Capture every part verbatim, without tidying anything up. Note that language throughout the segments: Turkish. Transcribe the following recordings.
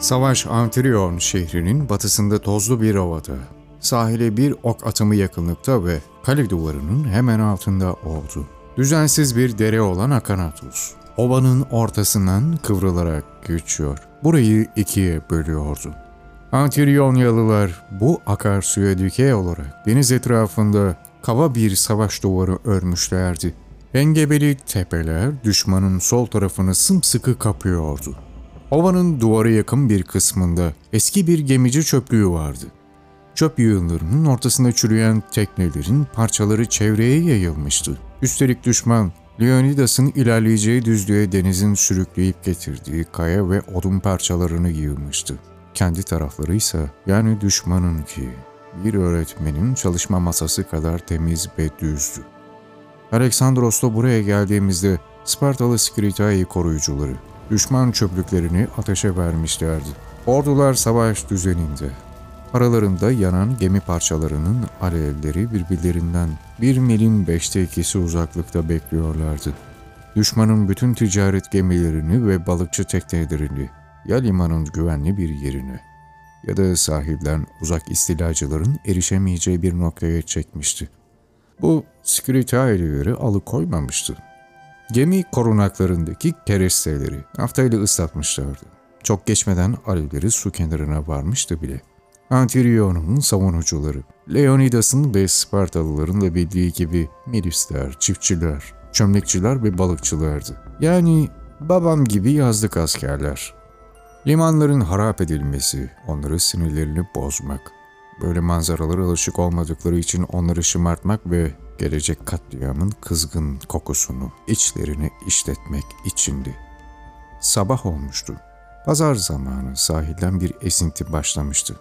Savaş Antirion şehrinin batısında tozlu bir ovada, sahile bir ok atımı yakınlıkta ve kale duvarının hemen altında oldu. Düzensiz bir dere olan Akanatos, ovanın ortasından kıvrılarak geçiyor. Burayı ikiye bölüyordu. Antirionyalılar bu akarsuya dikey olarak deniz etrafında kava bir savaş duvarı örmüşlerdi. Engebeli tepeler düşmanın sol tarafını sımsıkı kapıyordu. Ovanın duvara yakın bir kısmında eski bir gemici çöplüğü vardı. Çöp yığınlarının ortasında çürüyen teknelerin parçaları çevreye yayılmıştı. Üstelik düşman, Leonidas'ın ilerleyeceği düzlüğe denizin sürükleyip getirdiği kaya ve odun parçalarını yığmıştı. Kendi tarafları ise, yani düşmanın ki, bir öğretmenin çalışma masası kadar temiz ve düzdü. Aleksandros'ta buraya geldiğimizde Spartalı Skritaiai koruyucuları, düşman çöplüklerini ateşe vermişlerdi. Ordular savaş düzeninde. Aralarında yanan gemi parçalarının alevleri birbirlerinden bir milin beşte ikisi uzaklıkta bekliyorlardı. Düşmanın bütün ticaret gemilerini ve balıkçı teknelerini ya limanın güvenli bir yerine ya da sahilden uzak istilacıların erişemeyeceği bir noktaya çekmişti. Bu Skritaiai'lileri alıkoymamıştı. Gemi korunaklarındaki keresteleri naftayla ıslatmışlardı. Çok geçmeden alevleri su kenarına varmıştı bile. Antirion'un savunucuları, Leonidas'ın ve Spartalıların da bildiği gibi milisler, çiftçiler, çömlekçiler ve balıkçılardı. Yani babam gibi yazlık askerler. Limanların harap edilmesi, onları sinirlerini bozmak, böyle manzaralara alışık olmadıkları için onları şımartmak ve gelecek katliamın kızgın kokusunu içlerine işletmek içindi. Sabah olmuştu. Pazar zamanı sahilden bir esinti başlamıştı.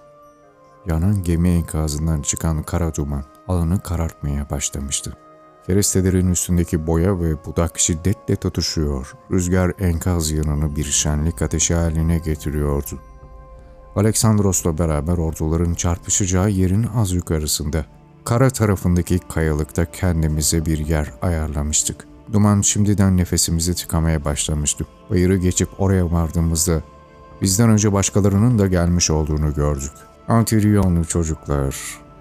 Yanan gemi enkazından çıkan kara duman alanı karartmaya başlamıştı. Kerestelerin üstündeki boya ve budak şiddetle tutuşuyor, rüzgar enkaz yanını bir şenlik ateşi haline getiriyordu. Aleksandros'la beraber orduların çarpışacağı yerin az yukarısında, kara tarafındaki kayalıkta kendimize bir yer ayarlamıştık. Duman şimdiden nefesimizi tıkamaya başlamıştı. Bayırı geçip oraya vardığımızda bizden önce başkalarının da gelmiş olduğunu gördük. Antirionlu çocuklar,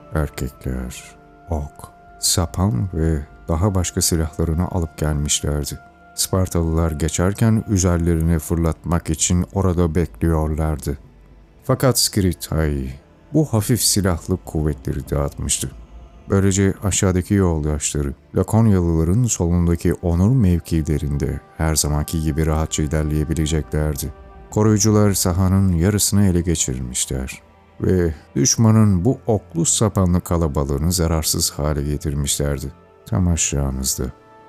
erkekler, ok, sapan ve daha başka silahlarını alıp gelmişlerdi. Spartalılar geçerken üzerlerine fırlatmak için orada bekliyorlardı. Fakat Skritaiai bu hafif silahlı kuvvetleri dağıtmıştı. Böylece aşağıdaki yoldaşları, Lakonyalıların solundaki onur mevkilerinde her zamanki gibi rahatça ilerleyebileceklerdi. Koruyucular sahanın yarısını ele geçirmişler ve düşmanın bu oklu sapanlı kalabalığını zararsız hale getirmişlerdi. Tam aşağımızda,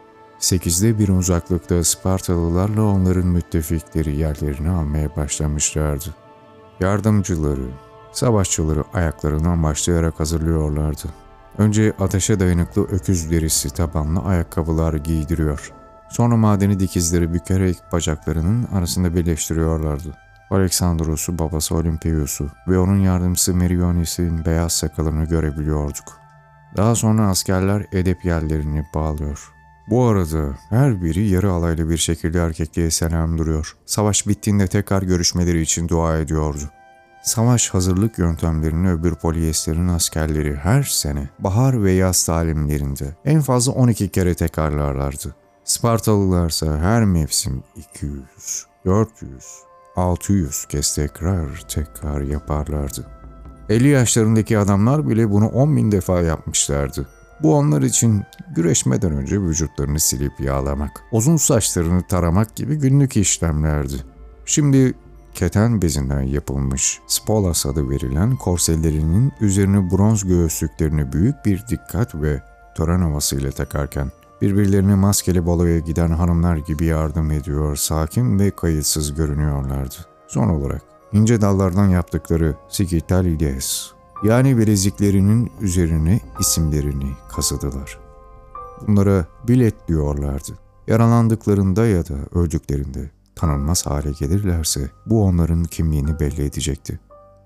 sekizde bir uzaklıkta Spartalılarla onların müttefikleri yerlerini almaya başlamışlardı. Yardımcıları, savaşçıları ayaklarından başlayarak hazırlıyorlardı. Önce ateşe dayanıklı öküz derisi tabanlı ayakkabılar giydiriyor. Sonra madeni dikizleri bükerek bacaklarının arasında birleştiriyorlardı. Aleksandros'u, babası Olimpius'u ve onun yardımcısı Meriones'in beyaz sakalını görebiliyorduk. Daha sonra askerler edep yerlerini bağlıyor. Bu arada her biri yarı alaylı bir şekilde erkekliğe selam duruyor. Savaş bittiğinde tekrar görüşmeleri için dua ediyordu. Savaş hazırlık yöntemlerini öbür polyesterin askerleri her sene bahar ve yaz talimlerinde en fazla on iki kere tekrarlarlardı. Spartalılarsa her mevsim iki yüz, dört yüz, altı yüz kez tekrar tekrar yaparlardı. elli yaşlarındaki adamlar bile bunu on bin defa yapmışlardı. Bu onlar için güreşmeden önce vücutlarını silip yağlamak, uzun saçlarını taramak gibi günlük işlemlerdi. Şimdi keten bezinden yapılmış spolas adı verilen korselerinin üzerine bronz göğüslüklerini büyük bir dikkat ve tören havasıyla takarken birbirlerine maskeli baloya giden hanımlar gibi yardım ediyor, sakin ve kayıtsız görünüyorlardı. Son olarak ince dallardan yaptıkları sikitalides, yani bileziklerinin üzerine isimlerini kazıdılar. Bunlara bilet diyorlardı. Yaralandıklarında ya da öldüklerinde tanınmaz hale gelirlerse bu onların kimliğini belli edecekti.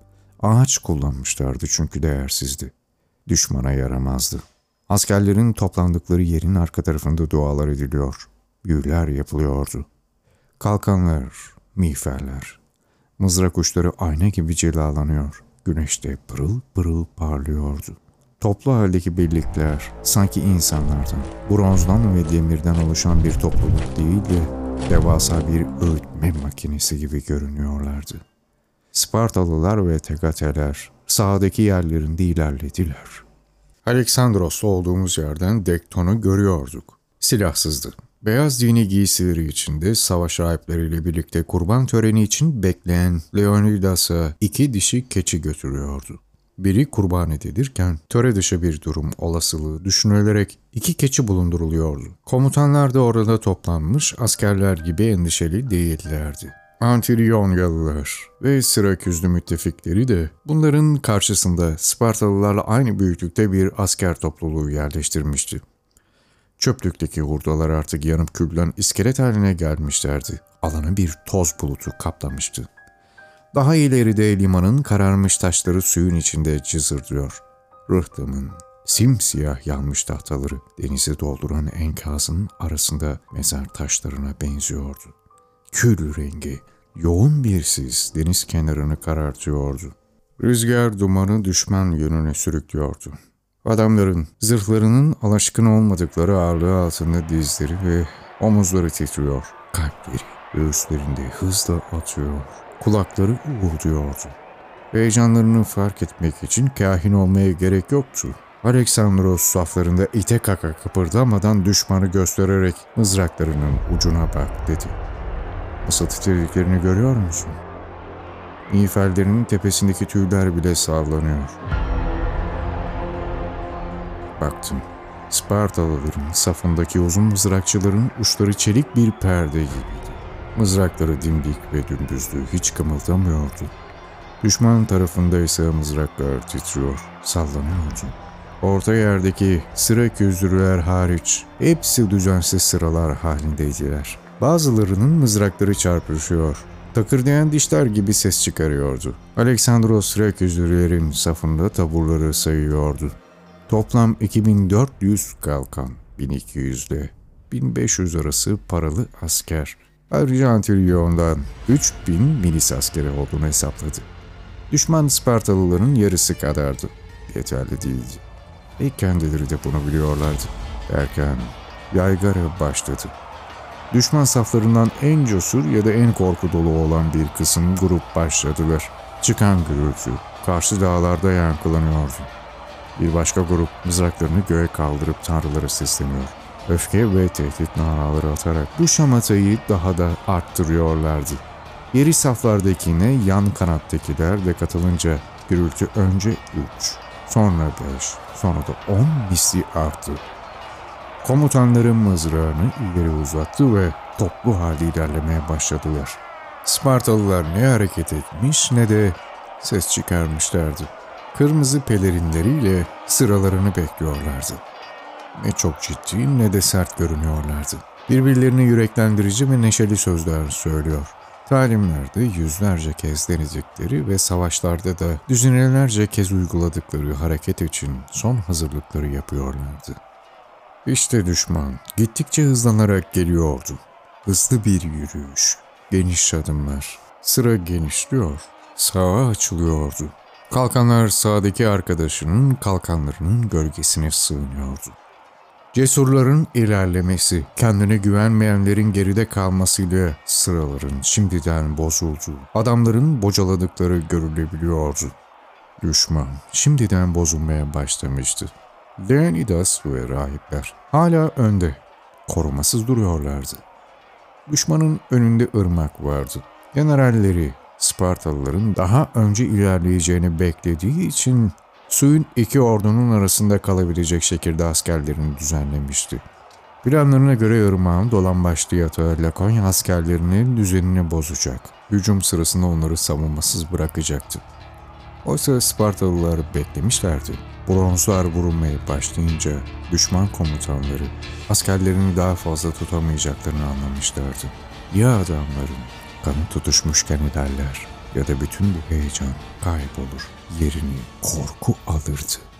Ağaç kullanmışlardı çünkü değersizdi. Düşmana yaramazdı. Askerlerin toplandıkları yerin arka tarafında dualar ediliyor. Büyüler yapılıyordu. Kalkanlar, miğferler, Mızrak uçları ayna gibi cilalanıyor. Güneşte pırıl pırıl parlıyordu. Toplu haldeki birlikler sanki insanlardan, bronzdan ve demirden oluşan bir topluluk değil de devasa bir öğütme makinesi gibi görünüyorlardı. Spartalılar ve Tegateler sahadaki yerlerinde ilerlediler. Aleksandros'ta olduğumuz yerden Dekton'u görüyorduk. Silahsızdı. Beyaz dini giysileri içinde savaş rahipleriyle birlikte kurban töreni için bekleyen Leonidas'a iki dişi keçi götürüyordu. Biri kurban edilirken töre dışı bir durum olasılığı düşünülerek iki keçi bulunduruluyordu. Komutanlar da orada toplanmış askerler gibi endişeli değillerdi. Antiryonyalılar ve Siraküzlü müttefikleri de bunların karşısında Spartalılarla aynı büyüklükte bir asker topluluğu yerleştirmişti. Çöplükteki hurdalar artık yanıp külen iskelet haline gelmişlerdi. Alanı bir toz bulutu kaplamıştı. Daha ileride limanın kararmış taşları suyun içinde cızırdıyor. Rıhtımın simsiyah yanmış tahtaları denizi dolduran enkazın arasında mezar taşlarına benziyordu. Kül rengi, yoğun bir sis deniz kenarını karartıyordu. Rüzgar dumanı düşman yönüne sürüklüyordu. Adamların zırhlarının alaşkın olmadıkları ağırlığı altında dizleri ve omuzları titriyor. Kalpleri göğüslerinde hızla atıyor. Kulakları uğulduyordu. Heyecanlarını fark etmek için kahin olmaya gerek yoktu. Aleksandros saflarında ite kaka kıpırdamadan düşmanı göstererek mızraklarının ucuna bak dedi. Nasıl titrediklerini görüyor musun? Miğferlerinin tepesindeki tüyler bile sallanıyor. Baktım. Spartalıların safındaki uzun mızrakçıların uçları çelik bir perde gibiydi. Mızrakları dimdik ve dümdüzdü, hiç kımıldamıyordu. Düşman tarafında ise mızraklar titriyor, sallanıyordu. Orta yerdeki Siraküzlüler hariç hepsi düzensiz sıralar halindeydiler. Bazılarının mızrakları çarpışıyor, takırdayan dişler gibi ses çıkarıyordu. Aleksandros Siraküzlülerin safında taburları sayıyordu. Toplam iki bin dört yüz kalkan, bin iki yüz ile bin beş yüz arası paralı asker. Ayrıca Antiryon'dan üç bin milis askeri olduğunu hesapladı. Düşman Spartalıların yarısı kadardı. Yeterli değildi. Ve kendileri de bunu biliyorlardı. Derken yaygara başladı. Düşman saflarından en cesur ya da en korku dolu olan bir kısım grup başladılar. Çıkan gürültü karşı dağlarda yankılanıyordu. Bir başka grup mızraklarını göğe kaldırıp tanrılara sesleniyor. Öfke ve tehdit naraları atarak bu şamatayı daha da arttırıyorlardı. Geri saflardakine yan kanattakiler de katılınca gürültü önce üç, sonra beş, sonra da on misli arttı. Komutanların mızrağını ileri uzattı ve toplu halde ilerlemeye başladılar. Spartalılar ne hareket etmiş ne de ses çıkarmışlardı. Kırmızı pelerinleriyle sıralarını bekliyorlardı. Ne çok ciddi ne de sert görünüyorlardı. Birbirlerini yüreklendirici ve neşeli sözler söylüyor. Talimlerde yüzlerce kez denedikleri ve savaşlarda da düzinelerce kez uyguladıkları hareket için son hazırlıkları yapıyorlardı. İşte düşman gittikçe hızlanarak geliyordu. Hızlı bir yürüyüş, geniş adımlar, sıra genişliyor, sağa açılıyordu. Kalkanlar sağdaki arkadaşının kalkanlarının gölgesine sığınıyordu. Cesurların ilerlemesi, kendine güvenmeyenlerin geride kalmasıyla sıraların şimdiden bozulduğu, adamların bocaladıkları görülebiliyordu. Düşman şimdiden bozulmaya başlamıştı. Leonidas ve rahipler hala önde, korumasız duruyorlardı. Düşmanın önünde ırmak vardı. Generalleri Spartalıların daha önce ilerleyeceğini beklediği için suyun iki ordunun arasında kalabilecek şekilde askerlerini düzenlemişti. Planlarına göre ırmağın dolambaçlı yatağı Lakonya askerlerinin düzenini bozacak. Hücum sırasında onları savunmasız bırakacaktı. Oysa Spartalılar beklemişlerdi. Bronzlar vurulmaya başlayınca düşman komutanları askerlerini daha fazla tutamayacaklarını anlamışlardı. Ya adamların kanı tutuşmuşken ilerler ya da bütün bu heyecan kaybolur, yerini korku alırdı.